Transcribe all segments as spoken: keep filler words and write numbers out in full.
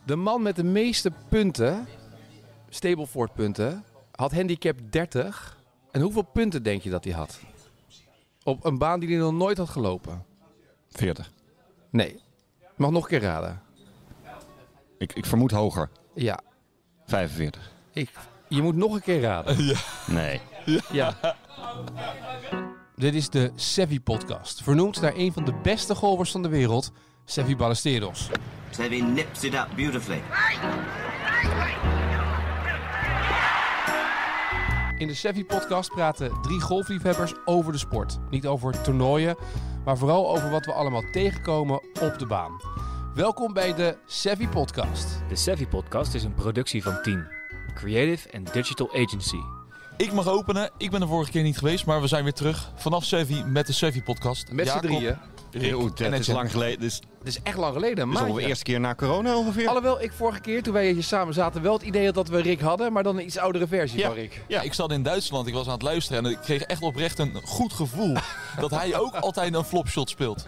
De man met de meeste punten, Stableford punten, had handicap dertig. En hoeveel punten denk je dat hij had? Op een baan die hij nog nooit had gelopen. veertig. Nee. Mag nog een keer raden. Ik, ik vermoed hoger. Ja. vijfenveertig. Ik, je moet nog een keer raden. Ja. Nee. Ja. Dit is de Seffi podcast. Vernoemd naar een van de beste golfers van de wereld, Seffi Ballesteros. Seffi nips it up beautifully. In de Seffi podcast praten drie golfliefhebbers over de sport. Niet over toernooien, maar vooral over wat we allemaal tegenkomen op de baan. Welkom bij de Seffi podcast. De Seffi podcast is een productie van Tien, Creative and Digital Agency. Ik mag openen. Ik ben de vorige keer niet geweest, maar we zijn weer terug vanaf Seffi met de Seffi podcast. Met z'n drieën. Rick Oeh, dat en is Etienne. lang geleden. Dus, Het is echt lang geleden, dus al maar de eerste keer na corona ongeveer. alhoewel ik vorige keer, toen wij hier samen zaten, wel het idee had dat we Rick hadden, maar dan een iets oudere versie Ja. van Rick. Ja, ik zat in Duitsland, ik was aan het luisteren en ik kreeg echt oprecht een goed gevoel dat hij ook altijd een flopshot speelt.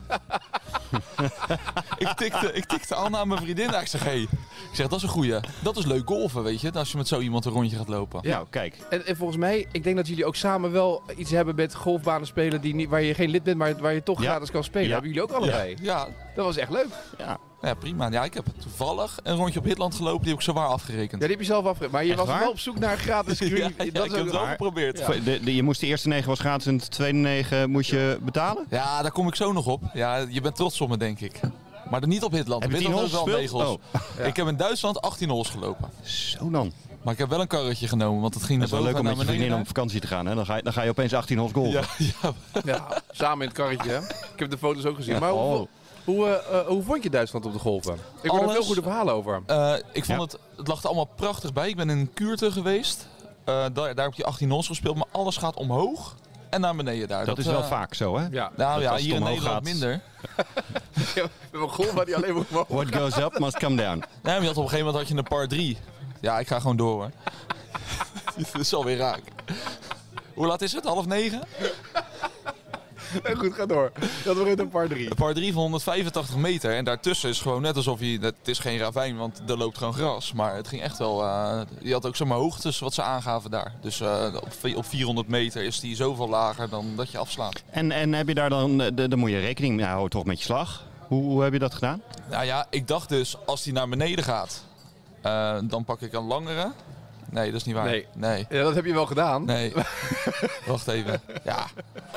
ik, tikte, ik tikte al naar mijn vriendin en ik zeg, hey, ik zeg, dat is een goeie. Dat is leuk golfen, weet je, als je met zo iemand een rondje gaat lopen. Ja. Nou, kijk. En, en volgens mij, ik denk dat jullie ook samen wel iets hebben met golfbanen spelen die niet, waar je geen lid bent, maar waar je toch Ja. gratis kan spelen. Ja. Hebben jullie ook allebei? Ja, Dat was echt leuk. Ja. ja, prima. Ja, ik heb toevallig een rondje op Hitland gelopen, die heb ik zwaar afgerekend. Ja, die heb je zelf afgegeven. Maar je Echt was waar? wel op zoek naar een gratis Ja, green. ja, dat ik is heb ook het wel waar. geprobeerd. Ja. Ja. De, de, je moest de eerste negen was gratis en de tweede negen moest je betalen? Ja, daar kom ik zo nog op. Ja, je bent trots op me, denk ik. Maar dan niet op Hitland. Heb je Op tien Hitland holes is wel gespeeld? regels. Oh. Ik heb in Duitsland achttien holes gelopen. Zo dan. Maar ik heb wel een karretje genomen, want het ging Het is naar wel leuk boven om en met je naar vriendin op beneden. vakantie te gaan. Hè? Dan, ga je, dan ga je opeens achttien holes golfen. Ja, ja. Ja, samen in het karretje. Hè? Ik heb de foto's ook gezien. Ja. Maar hoe, Oh. hoe, eh, eh, hoe vond je Duitsland op de golven? Ik hoor er Alles. veel goede verhalen over. Uh, ik vond Ja. het, het lag er allemaal prachtig bij. Ik ben in Kuurte geweest. Uh, daar, daar heb je achttien holes gespeeld, maar alles gaat omhoog en naar beneden daar. Dat is wel uh, vaak zo, hè? Ja. Nou Dat ja, als het hier in omhoog Nederland gaat. minder. We hebben golf waar die alleen maar omhoog. What goes up must come down. Nee, maar je had op een gegeven moment had je een par drie. Ja, ik ga gewoon door hoor. Dat is alweer raak. Hoe laat is het? Half negen? Goed, ga door. Dat wordt een paar drie. Een par drie van honderdvijfentachtig meter. En daartussen is gewoon net alsof je... Het is geen ravijn, want er loopt gewoon gras. Maar het ging echt wel... Uh, je had ook zomaar hoogtes wat ze aangaven daar. Dus uh, op, op vierhonderd meter is die zoveel lager dan dat je afslaat. En, en heb je daar dan... de- Dan moet je rekening mee houden toch met je slag. Hoe, hoe heb je dat gedaan? Nou ja, ik dacht dus als die naar beneden gaat, uh, dan pak ik een langere. Nee, dat is niet waar. Nee. Nee. Ja, dat heb je wel gedaan. Nee. Wacht even. Ja.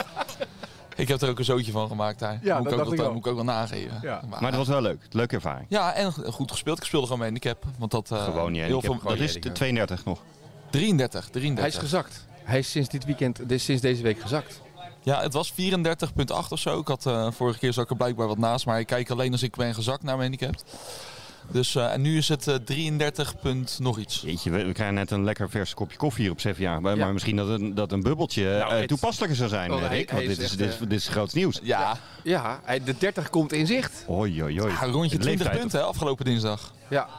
Ik heb er ook een zootje van gemaakt daar. Ja, moet, dat ik ook dacht wel, ik ook. moet ik ook wel nageven. Ja. Maar, Maar dat was wel leuk. Leuke ervaring. ja, en goed gespeeld. Ik speelde gewoon mijn handicap. Want dat, uh, Gewoon niet. heel Ik heb, veel... dat is handicap. tweeëndertig nog. drieëndertig. drieëndertig. Hij is gezakt. Hij is sinds dit weekend, dus sinds deze week gezakt. Ja, het was vierendertig komma acht of zo. Ik had uh, vorige keer zat ik er blijkbaar wat naast. Maar ik kijk alleen als ik ben gezakt naar mijn handicap. Dus, uh, en nu is het uh, drieëndertig punt nog iets. Jeetje, we, we krijgen net een lekker vers kopje koffie hier op Seffi aan. Maar Ja. misschien dat een, dat een bubbeltje Nou, uh, het- toepasselijker zou zijn, Oh, uh, hij- Rick. hij Want is dit is, echt, dit, is, uh, dit is groots nieuws. Ja, Ja, hij, de dertig komt in zicht. Oei, oei, oei. ja een rondje De twintig leeftijd. punten hè, afgelopen dinsdag. Ja.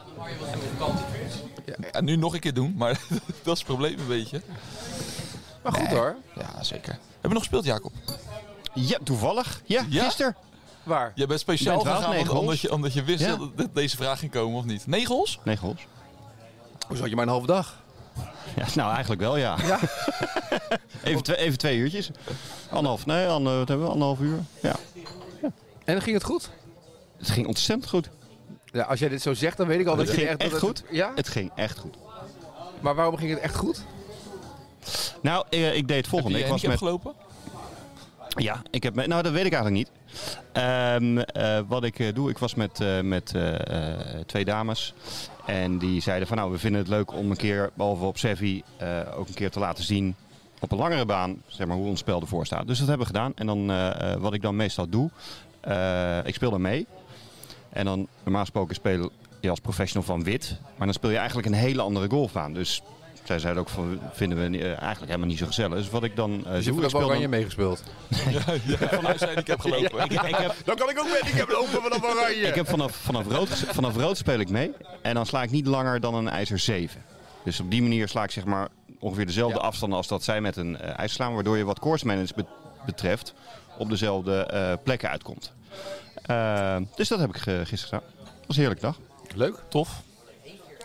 En nu nog een keer doen, maar dat is het probleem een beetje. Maar goed Nee. hoor. Ja, zeker. Heb je nog gespeeld, Jacob? Ja, toevallig. Ja, Ja? gisteren. Waar? Jij bent speciaal Je bent wel gegaan negen omdat, holes. je, omdat je wist Ja. dat dat deze vraag ging komen, of niet? Negen holes? Negen holes. Hoe zat je maar een halve dag? Ja, nou, eigenlijk wel, ja. Ja. Even, twee, even twee uurtjes. Anderhalf, nee, ander, wat hebben we? Anderhalf uur. Ja. En dan ging het goed? Het ging ontzettend goed. Ja, als jij dit zo zegt, dan weet ik al Het dat je ging echt... echt dat goed. Ja? Het ging echt goed. Maar waarom ging het echt goed? Nou, eh, ik deed het Heb volgende. je Ik je was handicap met... gelopen? Ja, ik heb, me- nou dat weet ik eigenlijk niet. Ehm, eh, wat ik eh, doe, ik was met, eh, met eh, eh, twee dames. En die zeiden van nou, we vinden het leuk om een keer, behalve op Seffi, eh, ook een keer te laten zien op een langere baan, zeg maar, hoe ons spel ervoor staat. Dus dat hebben we gedaan. En dan, eh, eh, wat ik dan meestal doe, eh, ik speel er mee. En dan, normaal gesproken speel je als professional van wit. Maar dan speel je eigenlijk een hele andere golfbaan. Dus zij zeiden ook van, vinden we eh, eigenlijk helemaal niet zo gezellig. Dus wat ik dan uh, Dus je doe, hebt ik wel speel oranje dan... meegespeeld. Ja, ja, vanuit zijn handicap gelopen. Ik, ik heb, Dan kan ik ook met ik heb lopen vanaf oranje. ik heb vanaf, vanaf, rood, vanaf rood speel ik mee. En dan sla ik niet langer dan een ijzer zeven. Dus op die manier sla ik zeg maar ongeveer dezelfde Ja. afstand als dat zij met een uh, ijzer slaan. Waardoor je wat course management betreft op dezelfde uh, plekken uitkomt. Uh, dus dat heb ik uh, gisteren gedaan. Dat was een heerlijke dag. Leuk. Tof.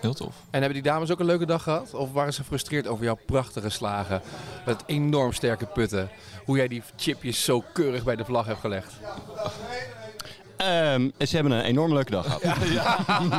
Heel tof. En hebben die dames ook een leuke dag gehad? Of waren ze gefrustreerd over jouw prachtige slagen? Met enorm sterke putten. Hoe jij die chipjes zo keurig bij de vlag hebt gelegd. Um, ze hebben een enorm leuke dag gehad. Ja, ja.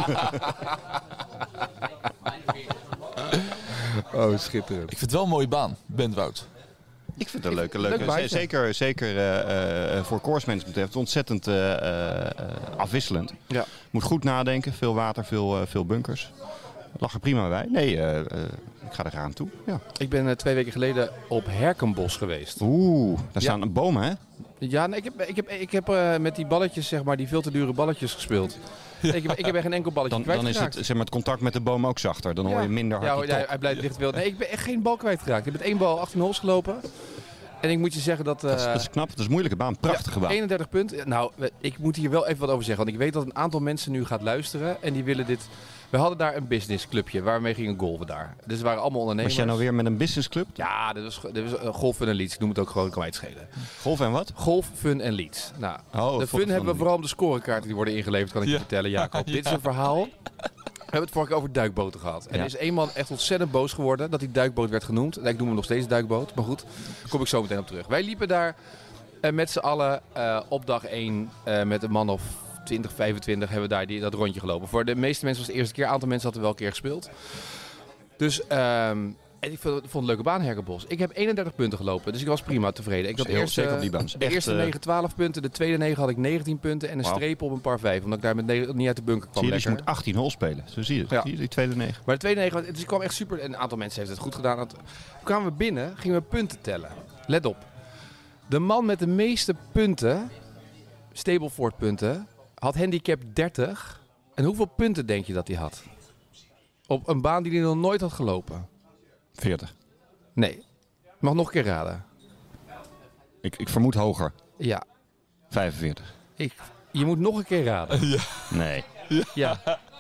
Oh, schitterend. Ik vind het wel een mooie baan, Bentwoud. Ik vind het een leuke, leuke. Leuk zeker zeker uh, uh, voor coursemanagement betreft ontzettend uh, uh, afwisselend. Ja. Moet goed nadenken, veel water, veel, uh, veel bunkers. Lag er prima bij. Nee, uh, uh, ik ga er graag aan toe. Ja. Ik ben uh, twee weken geleden op Herkenbos geweest. Oeh, daar staan ja. bomen, hè? Ja, nee, ik heb, ik heb, ik heb uh, met die balletjes, zeg maar, die veel te dure balletjes gespeeld. Ja. Ik, heb, ik heb echt geen enkel balletje dan, dan is het, zeg maar, het contact met de boom ook zachter. Dan ja. hoor je minder hard ja, ja, hij blijft dicht. Nee, ik ben echt geen bal kwijtgeraakt. Ik heb met één bal achttien holes gelopen. En ik moet je zeggen dat... Uh, dat, is, dat is knap, dat is een moeilijke baan, prachtige ja, baan. eenendertig punten. Nou, ik moet hier wel even wat over zeggen. Want ik weet dat een aantal mensen nu gaat luisteren. En die willen dit... We hadden daar een businessclubje waar we mee gingen golven daar. Dus het waren allemaal ondernemers. Was jij nou weer met een businessclub? Ja, dit was, dit was uh, Golf Fun en Leads. Ik noem het ook gewoon, kan mij het schelen. Golf en wat? Golf, Fun en Leads. Nou, oh, de fun hebben we vooral om de scorekaarten die worden ingeleverd, kan ik ja. je vertellen, Jacob. Ja. Dit is een verhaal. We hebben het vorige keer over duikboten gehad. En ja. er is één man echt ontzettend boos geworden dat die duikboot werd genoemd. En ik noem hem nog steeds duikboot, maar goed, daar kom ik zo meteen op terug. Wij liepen daar uh, met z'n allen uh, op dag één uh, met een man of twintig, vijfentwintig hebben we daar die, dat rondje gelopen. Voor de meeste mensen was het de eerste keer. Een aantal mensen hadden wel een keer gespeeld. Dus um, en ik vond, vond het een leuke baan, Herkenbos. Ik heb eenendertig punten gelopen, dus ik was prima tevreden. Ik had de eerste, zeker op die baan. de Echt, eerste negen, twaalf punten. De tweede negen had ik negentien punten. En een wow. streep op een par vijf. Omdat ik daar met negen, niet uit de bunker kwam. Zie je, dus je moet achttien holes spelen. Zo zie je het. Ja. Zie je die tweede negen. Maar de tweede negen, dus ik kwam echt super. En een aantal mensen heeft het goed gedaan. Toen kwamen we binnen, gingen we punten tellen. Let op. De man met de meeste punten, Stableford punten, had handicap dertig. En hoeveel punten denk je dat hij had? Op een baan die hij nog nooit had gelopen. veertig. Nee. Je mag nog een keer raden. Ik, ik vermoed hoger. Ja. vijfenveertig. Ik, je moet nog een keer raden. Ja. Nee. Ja.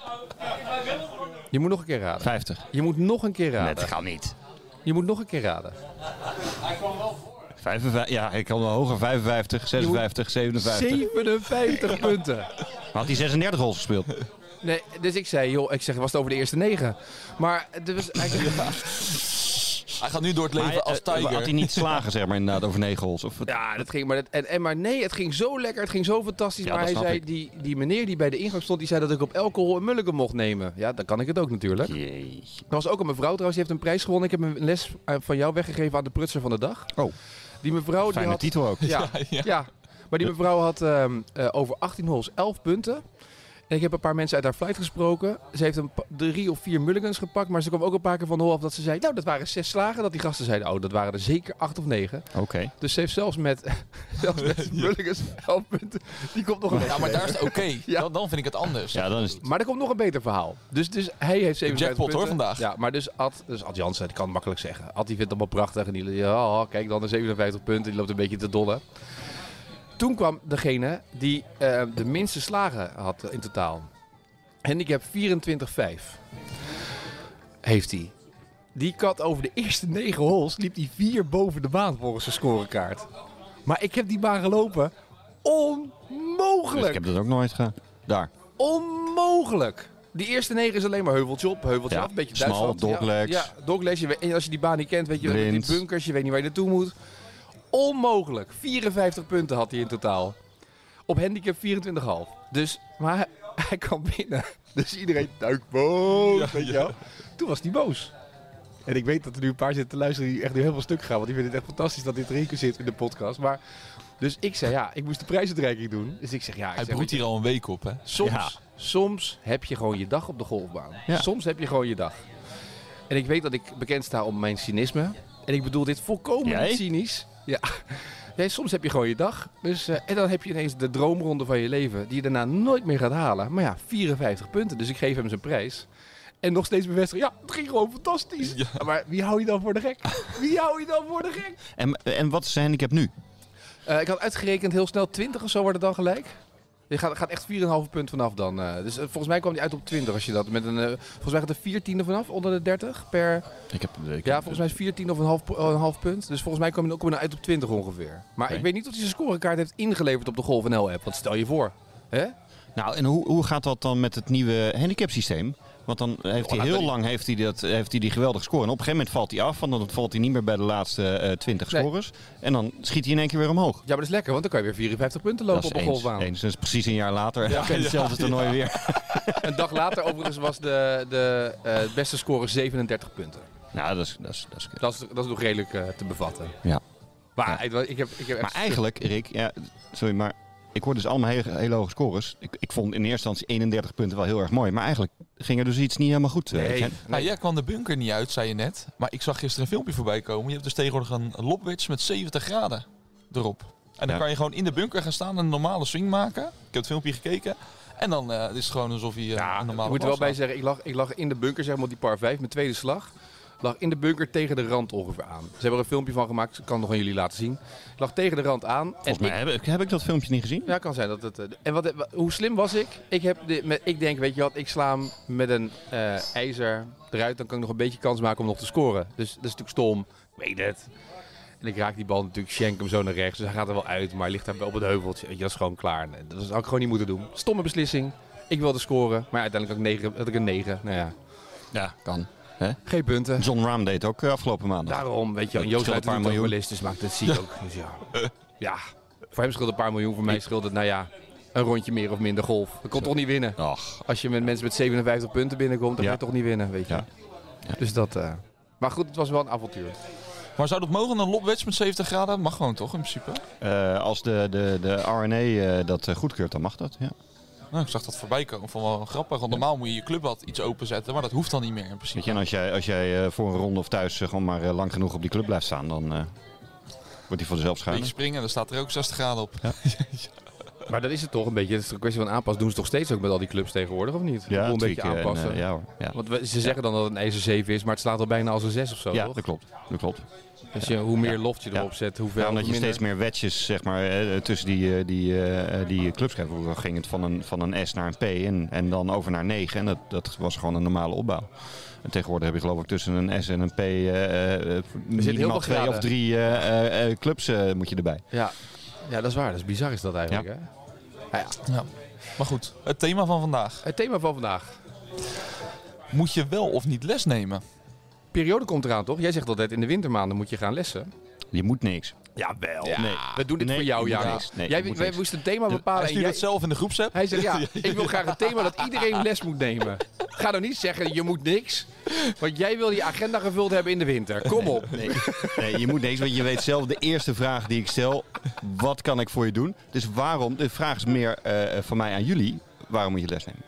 Je moet nog een keer raden. vijftig. Je moet nog een keer raden. Nee, dat kan niet. Je moet nog een keer raden. Hij kwam wel voor. vijfenvijftig, ja, ik kan wel hoger. vijfenvijftig, zesenvijftig, zevenenvijftig. zevenenvijftig punten. Maar had hij zesendertig holes gespeeld? Nee, dus ik zei, joh, ik zeg, was het over de eerste negen. Maar het was eigenlijk... Ja. Hij gaat nu door het leven hij, als Tiger. Had hij niet slagen, zeg maar, inderdaad, over negen holes? Of ja, dat ging, maar, dat, en, en, maar nee, het ging zo lekker, het ging zo fantastisch. Ja, maar hij zei, die, die meneer die bij de ingang stond, die zei dat ik op elke hole een mulligan mocht nemen. Ja, dan kan ik het ook natuurlijk. Jeetje. Er was ook een mevrouw trouwens, die heeft een prijs gewonnen. Ik heb een les van jou weggegeven aan de prutser van de dag. Oh, die mevrouw, fijne die had, titel ook. Ja, ja, ja. ja, maar die mevrouw had um, uh, over achttien holes elf punten. En ik heb een paar mensen uit haar flight gesproken. Ze heeft een drie of vier mulligans gepakt. Maar ze kwam ook een paar keer van de hol af dat ze zei... Nou, dat waren zes slagen. Dat die gasten zeiden, oh, dat waren er zeker acht of negen. Oké. Okay. Dus ze heeft zelfs met, zelfs met mulligans elf punten. Die komt nog een Ja, maar daar is het oké. Okay. Ja. Dan, dan vind ik het anders. Ja, dan is het... Maar er komt nog een beter verhaal. Dus, dus hij heeft zevenenvijftig jackpot, punten. Hoor, vandaag. Ja, maar dus Ad, dus Ad Jansen, die kan het makkelijk zeggen. Ad, die vindt het allemaal prachtig. En die, ja, oh, kijk, dan de zevenenvijftig punten. Die loopt een beetje te dollen. Toen kwam degene die uh, de minste slagen had in totaal. Handicap vierentwintig vijf heeft hij. Die kat over de eerste negen holes liep hij vier boven de baan volgens zijn scorekaart. Maar ik heb die baan gelopen. Onmogelijk. Dus ik heb dat ook nooit gedaan. Daar. Onmogelijk. Die eerste negen is alleen maar heuveltje op, heuveltje ja, af. Een beetje smal, Duitsland. doglegs. Ja, ja doglegs. Je weet, en als je die baan niet kent, weet je, Blind. met die bunkers, je weet niet waar je naartoe moet. Onmogelijk. vierenvijftig punten had hij in totaal. Op handicap vierentwintig komma vijf. Dus, maar hij, hij kwam binnen. Dus iedereen duikboot, ja, weet je wel. Ja. Toen was hij boos. En ik weet dat er nu een paar zitten te luisteren die echt nu heel veel stuk gaan. Want die vinden het echt fantastisch dat dit erin zit in de podcast. Maar, dus ik zei ja, ik moest de prijsuitreiking doen. Dus ik zeg ja. Ik hij zeg, broedt hier al een week op, hè? Soms, ja. soms heb je gewoon je dag op de golfbaan. Ja. Soms heb je gewoon je dag. En ik weet dat ik bekend sta om mijn cynisme. En ik bedoel dit volkomen Jij? niet cynisch. Ja. Ja, soms heb je gewoon je dag. Dus, uh, en dan heb je ineens de droomronde van je leven. Die je daarna nooit meer gaat halen. Maar ja, vierenvijftig punten. Dus ik geef hem zijn prijs. En nog steeds bevestigen. Ja, het ging gewoon fantastisch. Ja. Maar wie hou je dan voor de gek? Wie hou je dan voor de gek? En, en wat is zijn handicap nu? Uh, ik had uitgerekend heel snel twintig of zo wordt het dan gelijk. Je gaat, gaat echt vier komma vijf punt vanaf dan. Uh, dus uh, volgens mij kwam die uit op twintig als je dat met een... Uh, volgens mij gaat er vier tiende vanaf, onder de dertig per... Ik heb, ik ja, heb, volgens mij is vier tiende of een half, een half punt. Dus volgens mij kom je, kom je uit op twintig ongeveer. Maar okay. Ik weet niet of hij zijn scorekaart heeft ingeleverd op de Golf N L app. Wat stel je voor? Hè? Nou, en hoe, hoe gaat dat dan met het nieuwe handicapsysteem? Want dan heeft hij heel lang heeft hij dat, heeft hij die geweldige score. En op een gegeven moment valt hij af, want dan valt hij niet meer bij de laatste uh, twintig Nee. scores. En dan schiet hij in één keer weer omhoog. Ja, maar dat is lekker, want dan kan je weer vierenvijftig punten lopen Dat op is een eens, golfbaan. eens. Dus precies een jaar later Ja. ja. hetzelfde toernooi weer. Een dag later overigens was de, de uh, beste score zevenendertig punten. Nou, dat is, dat is, dat is, Dat is, dat is nog redelijk uh, te bevatten. ja. Maar, ja. ik heb, ik heb echt Maar eigenlijk, Rick, ja, sorry, maar ik hoor dus allemaal hele, hele hoge scores. Ik, ik vond in eerste instantie eenendertig punten wel heel erg mooi. Maar eigenlijk ging er dus iets niet helemaal goed. Nee. weet je. Nee. Nou, jij kwam de bunker niet uit, zei je net. Maar ik zag gisteren een filmpje voorbij komen. Je hebt dus tegenwoordig een lobwedge met zeventig graden erop. En dan Ja. kan je gewoon in de bunker gaan staan en een normale swing maken. Ik heb het filmpje gekeken. En dan uh, is het gewoon alsof je uh, Ja, een normale ik moet er bal wel bij slaat. zeggen, ik lag, ik lag in de bunker, zeg maar op die par vijf, mijn tweede slag. Lag in de bunker tegen de rand ongeveer aan. Ze hebben er een filmpje van gemaakt, ik kan het nog aan jullie laten zien. Ik lag tegen de rand aan. Volgens en mij ik, heb, ik, heb ik dat filmpje niet gezien. Ja, kan zijn dat het. uh, En wat, wat- hoe slim was ik? Ik, heb de, met, ik denk, weet je wat, ik sla hem met een uh, ijzer eruit, dan kan ik nog een beetje kans maken om nog te scoren. Dus dat is natuurlijk stom, ik weet het. En ik raak die bal natuurlijk, shank hem zo naar rechts, dus hij gaat er wel uit, maar hij ligt daar op het heuveltje. Weet je, dat is gewoon klaar. Nee, dat had ik gewoon niet moeten doen. Stomme beslissing. Ik wilde scoren, maar uiteindelijk had ik, negen, had ik een negen. Nou ja, Ja, kan. geen punten. John Rahm deed ook uh, afgelopen maandag. Daarom, weet je, Dat en Joost scheelt uit een een paar paar miljoen. dus maakt het zie je ook. Dus ja. ja, voor hem scheelt een paar miljoen, voor mij scheelt het, nou ja, een rondje meer of minder golf. Dat kon toch niet winnen? Ach, Als je met mensen met zevenenvijftig punten binnenkomt, dan Ja. ga je toch niet winnen, weet je. Ja. Ja. Dus dat, uh... maar goed, het was wel een avontuur. Maar zou dat mogen, een lobwedge met zeventig graden? Mag gewoon toch, in principe? uh, als de, de, de R N A uh, dat uh, goedkeurt, dan mag dat. Ja. Nou, ik zag dat voorbij komen. Van wel grappig. Want normaal moet je je club wat iets openzetten. Maar dat hoeft dan niet meer in principe. Weet je, en als jij, als jij uh, voor een ronde of thuis uh, gewoon maar uh, lang genoeg op die club blijft staan, dan uh, wordt hij vanzelf Een schuin. beetje springen, dan staat er ook zestig graden op. Ja. Maar dat is het toch een beetje, het is een kwestie van aanpassen. Doen ze toch steeds ook met al die clubs tegenwoordig, of niet? Ja, Een beetje tweaken en, aanpassen. uh, ja, hoor. Ja. Want we- ze zeggen dan dat het een ijzer zeven is, maar het slaat al bijna als een zes of zo, Ja, toch? dat klopt. Dat klopt. Dus je, hoe meer Ja. loft je erop Ja. zet, hoeveel Ja, omdat je minder. steeds meer wedges zeg maar, eh, tussen die, eh, die, eh, die clubs krijgt. Vroeger ging het van een, van een S naar een P en, en dan over naar negen. En dat, dat was gewoon een normale opbouw. En tegenwoordig heb je geloof ik tussen een S en een P uh, minimaal veel twee graden. of drie uh, uh, clubs uh, moet je erbij. Ja. ja, dat is waar. Dat is bizar is dat eigenlijk, Ja. hè? Nou ja. Ja. Maar goed, het thema van vandaag. Het thema van vandaag. Moet je wel of niet les nemen? Periode komt eraan, toch? Jij zegt altijd in de wintermaanden moet je gaan lessen. Je moet niks. Jawel. Ja. Nee. We doen dit Nee, voor jou, je moet Jan. niks. Nee, jij, je moet wij niks. moesten een thema Hij bepalen. en stuurt jij, het zelf in de groepsapp. hij zegt, ja, ik wil graag een thema dat iedereen les moet nemen. Ga nou niet zeggen, je moet niks. Want jij wil die agenda gevuld hebben in de winter. Kom op. Nee, nee, je moet niks, want je weet zelf de eerste vraag die ik stel. Wat kan ik voor je doen? Dus waarom, de vraag is meer uh, van mij aan jullie. Waarom moet je les nemen?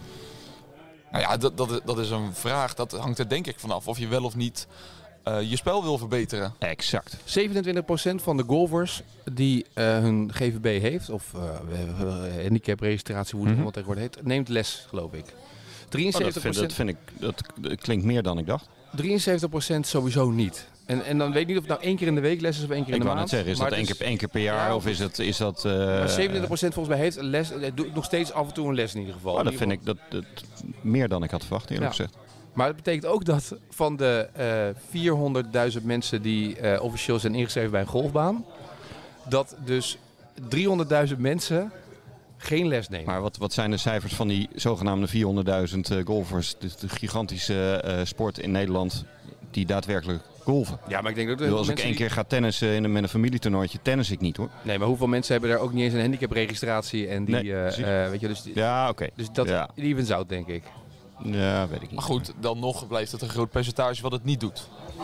Nou ja, dat, dat, dat is een vraag. Dat hangt er denk ik vanaf of je wel of niet uh, je spel wil verbeteren. Exact. zevenentwintig procent van de golfers die uh, hun G V B heeft, of uh, handicapregistratie, hoe het Mhm. mm-hmm. tegenwoordig heet, neemt les, geloof ik. Oh, dat, drieënzeventig vind, procent, dat vind ik, dat, dat klinkt meer dan ik dacht. drieënzeventig procent sowieso niet. En, en dan weet ik niet of het nou één keer in de week les is of één keer Ik in de wou net maand. zeggen, is maar dat één het keer, één keer per jaar Ja, of is dat... Is dat uh, Maar zevenentwintig procent volgens mij heeft les, eh, doet nog steeds af en toe een les in ieder geval. Oh, In dat ieder vind ik dat, dat, meer dan ik had verwacht, eerlijk Ja. gezegd. Maar dat betekent ook dat van de uh, vierhonderdduizend mensen die uh, officieel zijn ingeschreven bij een golfbaan, dat dus driehonderdduizend mensen geen les nemen. Maar wat, wat zijn de cijfers van die zogenaamde vierhonderdduizend uh, golfers, de, de gigantische uh, sport in Nederland, die daadwerkelijk golven? Ja, maar ik denk dat Ik bedoel, als ik één die... keer ga tennissen in een, met een familietoernooitje, tennis ik niet hoor. Nee, maar hoeveel mensen hebben daar ook niet eens een handicapregistratie en die, Nee, uh, precies. uh, weet je, dus, die, Ja, oké. Okay. dus dat Ja. evens out, denk ik. Ja, weet ik niet. Maar goed, dan nog blijft het een groot percentage wat het niet doet.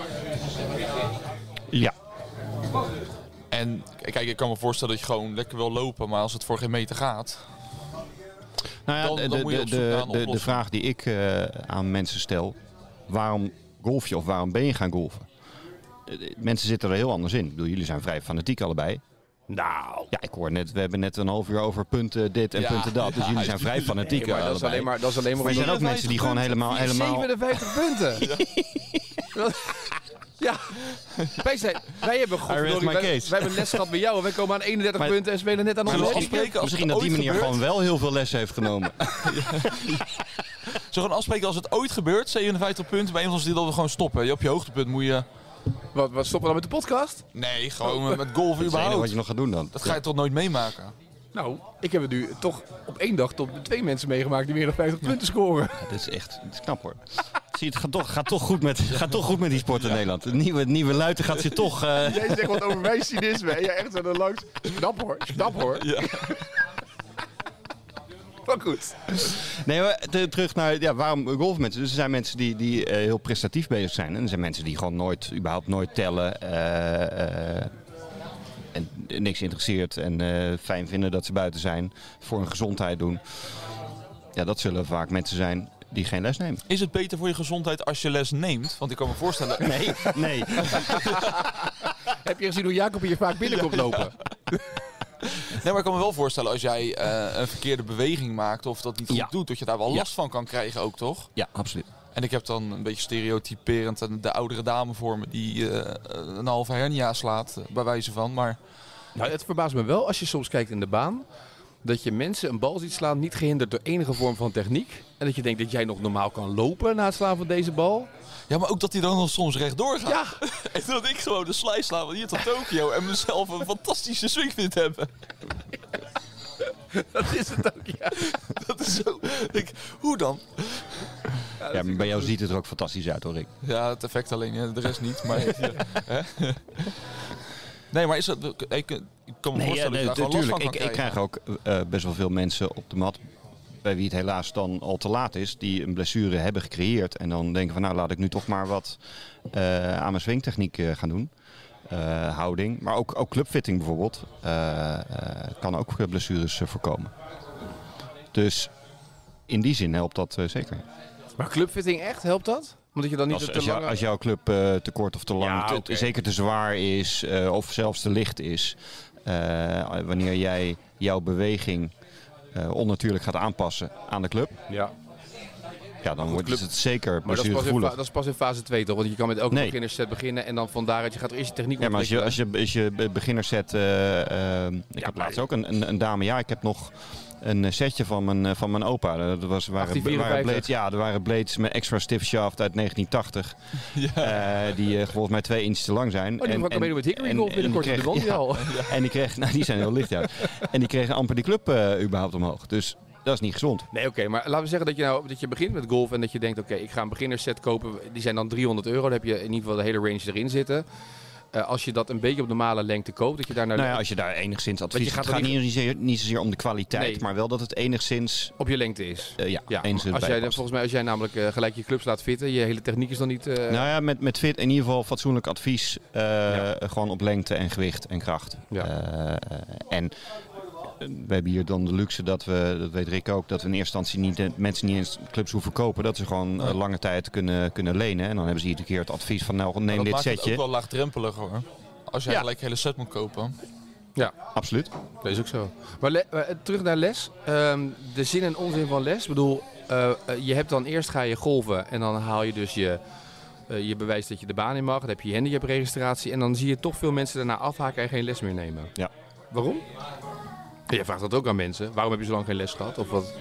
Ja. En kijk, ik kan me voorstellen dat je gewoon lekker wil lopen, maar als het voor geen meter gaat. Nou ja, Dan- de, dan moet je de, op zoek naar een de, de, de oplossing. vraag die ik uh, aan mensen stel, waarom golf je of waarom ben je gaan golfen? Uh, mensen zitten er heel anders in. Ik bedoel, jullie zijn vrij fanatiek allebei. Nou, Ja, ik hoor net, we hebben net een half uur over punten dit en Ja, punten dat. Dus ja, jullie zijn vrij fanatiek nee, maar dat is allebei. alleen maar, dat is alleen maar, Maar er zijn ook zevenenvijftig mensen die gewoon punten. helemaal... helemaal zevenenvijftig punten. Ja. ja. Wij, zijn, wij hebben rest godverdorie, my wij, case. wij hebben les gehad bij jou en wij komen aan eenendertig Maar- punten en spelen net aan Zullen onze we handicap. afspreken als Misschien het dat die ooit meneer gebeurt? gewoon wel heel veel lessen heeft genomen. Zullen we gewoon afspreken als het ooit gebeurt, zevenenvijftig punten, bij een van ons die dat we gewoon stoppen. Je op je hoogtepunt moet je... Wat, wat stoppen we dan met de podcast? Nee, gewoon met golven Dat is het enige wat überhaupt. je nog gaat doen dan. Dat ga je toch nooit meemaken? Nou, ik heb het nu toch op één dag tot twee mensen meegemaakt die meer dan vijftig punten scoren. Ja, dat is echt dat is knap hoor. Zie je, het gaat toch, gaat toch, goed, met, gaat toch goed met die sport in Nederland. Het nieuwe, het nieuwe luiten gaat ze toch... Uh... Jij zegt wat over mijn cynisme en jij echt zo er langs. Knap hoor, knap hoor. Ja. Maar goed. Nee, maar te, terug naar ja, waarom golfen mensen. Dus er zijn mensen die, die uh, heel prestatief bezig zijn. En er zijn mensen die gewoon nooit, überhaupt nooit tellen. Uh, uh, en niks interesseert. En uh, fijn vinden dat ze buiten zijn. Voor hun gezondheid doen. Ja, dat zullen vaak mensen zijn die geen les nemen. Is het beter voor je gezondheid als je les neemt? Want ik kan me voorstellen... Nee, nee. Heb je gezien hoe Jacob hier vaak binnenkomt lopen? Nee, maar ik kan me wel voorstellen als jij uh, een verkeerde beweging maakt of dat niet goed ja. doet, dat je daar wel ja. last van kan krijgen ook, toch? Ja, absoluut. En ik heb dan een beetje stereotyperend de oudere dame voor me die uh, een halve hernia slaat, bij wijze van. Maar... Nou, het verbaast me wel als je soms kijkt in de baan, dat je mensen een bal ziet slaan niet gehinderd door enige vorm van techniek. En dat je denkt dat jij nog normaal kan lopen na het slaan van deze bal. Ja, maar ook dat hij dan nog soms rechtdoor gaat. Ja. En dat ik gewoon de slice sla van hier tot Tokio en mezelf een fantastische swing vind hebben. Dat is het ook, ja. Dat is zo... Ik, hoe dan? Ja, ja, maar bij jou ziet het er ook fantastisch uit, hoor ik. Ja, het effect alleen, ja, de rest niet. Maar, ja, hè? Nee, maar is dat... Ik, ik kan me nee, voorstellen ja, dat je daar gewoon last van kan ik, ik krijgen. krijg ook uh, best wel veel mensen op de mat, bij wie het helaas dan al te laat is, die een blessure hebben gecreëerd. En dan denken van, nou laat ik nu toch maar wat uh, aan mijn swingtechniek uh, gaan doen. Uh, houding, maar ook, ook clubfitting bijvoorbeeld. Uh, uh, kan ook blessures uh, voorkomen. Dus in die zin helpt dat uh, zeker. Maar clubfitting echt, helpt dat? Omdat je dan niet Als, te als, jou, lange... als jouw club uh, te kort of te lang, Ja, te, okay. zeker te zwaar is uh, of zelfs te licht is. Uh, wanneer jij jouw beweging uh, onnatuurlijk gaat aanpassen aan de club. Ja. Ja, dan Goed, wordt club... het zeker maar dat is, pas in, gevoelig. dat is pas in fase twee toch? Want je kan met elke nee. beginnersset beginnen en dan van daaruit, je gaat er eerst je techniek Ja, maar als je, als je, als je beginnerset... Uh, uh, ik ja, heb laatst ook een, een, een dame, ja, ik heb nog een setje van mijn, van mijn opa. Dat was, waren, waren blades, ja, er waren blades met extra stiff shaft uit negentien tachtig. Ja. Uh, die uh, volgens mij twee inch te lang zijn. Oh, die kan meedoen met Hickory Golf binnenkort op de Mondial. Ja, en die kreeg, nou die zijn heel licht, ja. En die kregen amper die club uh, überhaupt omhoog. Dus dat is niet gezond. Nee, oké, okay, maar laten we zeggen dat je nou dat je begint met golf en dat je denkt, oké, okay, ik ga een beginnerset kopen. Die zijn dan driehonderd euro. Dan heb je in ieder geval de hele range erin zitten. Uh, als je dat een beetje op normale lengte koopt, dat je daar naar... Nou ja, als je daar enigszins advies... gaat het gaat niet... niet zozeer, niet zozeer om de kwaliteit, nee. maar wel dat het enigszins... Op je lengte is. Uh, ja, ja enigszins als jij, volgens mij als jij namelijk uh, gelijk je clubs laat fitten, je hele techniek is dan niet... Uh... Nou ja, met, met fit in ieder geval fatsoenlijk advies. Uh, ja. Gewoon op lengte en gewicht en kracht. Ja. Uh, uh, en... We hebben hier dan de luxe dat we, dat weet Rick ook, dat we in eerste instantie niet, mensen niet eens clubs hoeven kopen. Dat ze gewoon uh, lange tijd kunnen, kunnen lenen. En dan hebben ze iedere keer het advies van nou neem dit setje. Dat maakt het ook wel laagdrempelig hoor. Als jij ja. gelijk hele set moet kopen. Ja, absoluut. Dat is ook zo. Maar le- uh, terug naar les. Um, de zin en onzin van les. Ik bedoel, uh, uh, je hebt dan eerst ga je golven en dan haal je dus je... Uh, je bewijst dat je de baan in mag. Dan heb je je handicapregistratie. En dan zie je toch veel mensen daarna afhaken en geen les meer nemen. Ja. Waarom? Jij vraagt dat ook aan mensen. Waarom heb je zo lang geen les gehad? Of wat?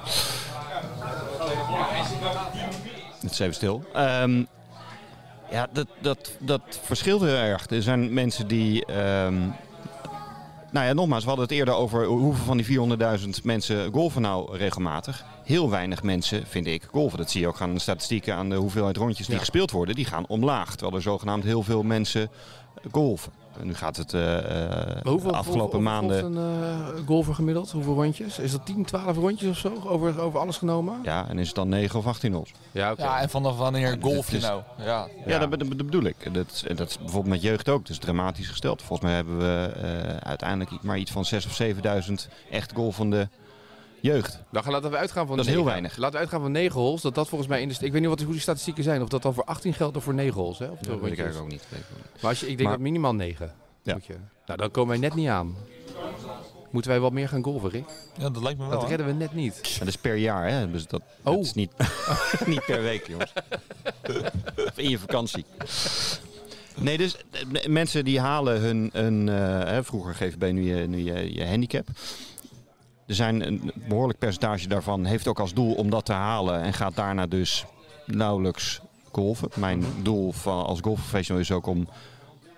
Het is even stil. Um, ja, dat, dat, dat verschilt heel erg. Er zijn mensen die... Um, nou ja, nogmaals, we hadden het eerder over hoeveel van die vierhonderdduizend mensen golfen nou regelmatig. Heel weinig mensen, vind ik, golfen. Dat zie je ook aan de statistieken, aan de hoeveelheid rondjes die ja. gespeeld worden. Die gaan omlaag, terwijl er zogenaamd heel veel mensen golfen. Nu gaat het uh, hoeveel, afgelopen hoeveel, maanden... Hoeveel een uh, golfer gemiddeld? Hoeveel rondjes? Is dat tien, twaalf rondjes of zo? Over, over alles genomen? Ja, en is het dan negen of achttien hols? Ja, okay. Ja, en vanaf wanneer golf je nou? Ja, ja. ja dat, dat, dat bedoel ik. Dat, dat is bijvoorbeeld met jeugd ook. Dat is dramatisch gesteld. Volgens mij hebben we uh, uiteindelijk maar iets van zes of zevenduizend echt golvende jeugd. Dan gaan laten we uitgaan van dat is negen. heel weinig. Laten we uitgaan van negen holes. Dat dat volgens mij in de... Ik weet niet wat, hoe die statistieken zijn. Of dat dan voor achttien geldt of voor negen holes. Hè? Of dat weet ik eigenlijk ook niet. Weet ik ook niet. Maar als je, ik denk maar, dat minimaal negen. Ja. Moet je. Nou, dan komen wij net niet aan. Moeten wij wat meer gaan golven, Rick? Ja, dat lijkt me wel. Dat redden we net niet. Ja, dat is per jaar, hè? Dus dat, oh. dat is niet, niet per week, jongens. Of in je vakantie. Nee, dus mensen die halen hun... hun uh, vroeger G V B, nu je, nu je, je handicap. Er zijn een behoorlijk percentage daarvan heeft ook als doel om dat te halen. En gaat daarna dus nauwelijks golven. Mijn doel van, als golfprofessional is ook om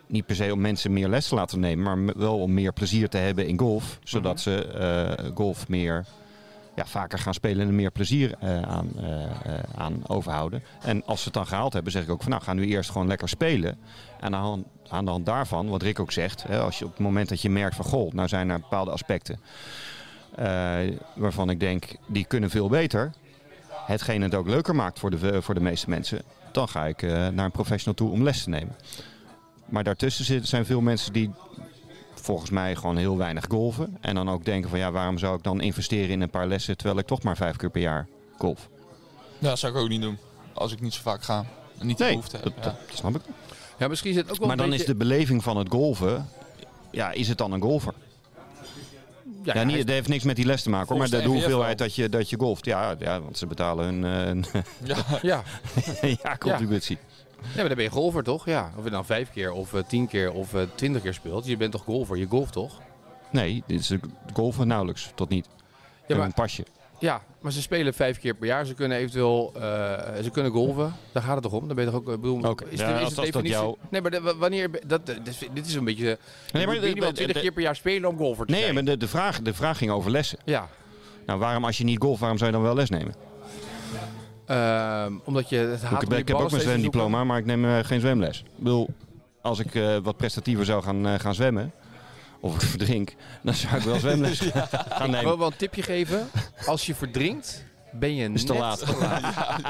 niet per se om mensen meer les te laten nemen, maar wel om meer plezier te hebben in golf. Zodat mm-hmm. ze uh, golf meer... Ja, vaker gaan spelen en er meer plezier uh, aan, uh, uh, aan overhouden. En als ze het dan gehaald hebben, zeg ik ook van nou, ga nu eerst gewoon lekker spelen. En aan, hand, aan de hand daarvan, wat Rick ook zegt, hè, als je op het moment dat je merkt van goh, nou zijn er bepaalde aspecten uh, waarvan ik denk, die kunnen veel beter. Hetgeen het ook leuker maakt voor de, voor de meeste mensen, dan ga ik uh, naar een professional toe om les te nemen. Maar daartussen zitten, zijn veel mensen die volgens mij gewoon heel weinig golven. En dan ook denken van ja, waarom zou ik dan investeren in een paar lessen terwijl ik toch maar vijf keer per jaar golf? Ja, dat zou ik ook niet doen. Als ik niet zo vaak ga. En niet de nee, behoefte heb. Dat, Ja. dat snap ik. Ja, misschien zit het ook wel Maar een dan beetje... is de beleving van het golven, ja, is het dan een golfer? Ja, ja, niet, het heeft niks met die les te maken hoor, maar de, de hoeveelheid dat je, dat je golft. Ja, ja, want ze betalen hun, hun Ja. Ja. ja, contributie. Ja, maar dan ben je golfer toch? Ja. Of je dan vijf keer of uh, tien keer of uh, twintig keer speelt. Je bent toch golfer? Je golft toch? Nee, dit is golfen nauwelijks, tot niet. Ja, maar, een pasje. Ja, maar ze spelen vijf keer per jaar. Ze kunnen eventueel uh, ze kunnen golven. Daar gaat het toch om? Dan ben je toch ook... Bedoel, okay. is, ja, is als, het als dat jou... Nee, maar de, wanneer... Dat, dat, dit is een beetje... Nee, maar je moet wel twintig keer per jaar spelen om golfer te nee, zijn. Nee, maar de, de, vraag, de vraag ging over lessen. Ja. Nou, waarom als je niet golft, waarom zou je dan wel les nemen? Uh, omdat je het haat Ik, ik heb ook mijn zwemdiploma, maar ik neem uh, geen zwemles. Ik bedoel, als ik uh, wat prestatiever zou gaan, uh, gaan zwemmen, of ik verdrink, dan zou ik wel zwemles ja. gaan nemen. Ik wil wel een tipje geven. Als je verdrinkt, ben je is net te laat. Te laat.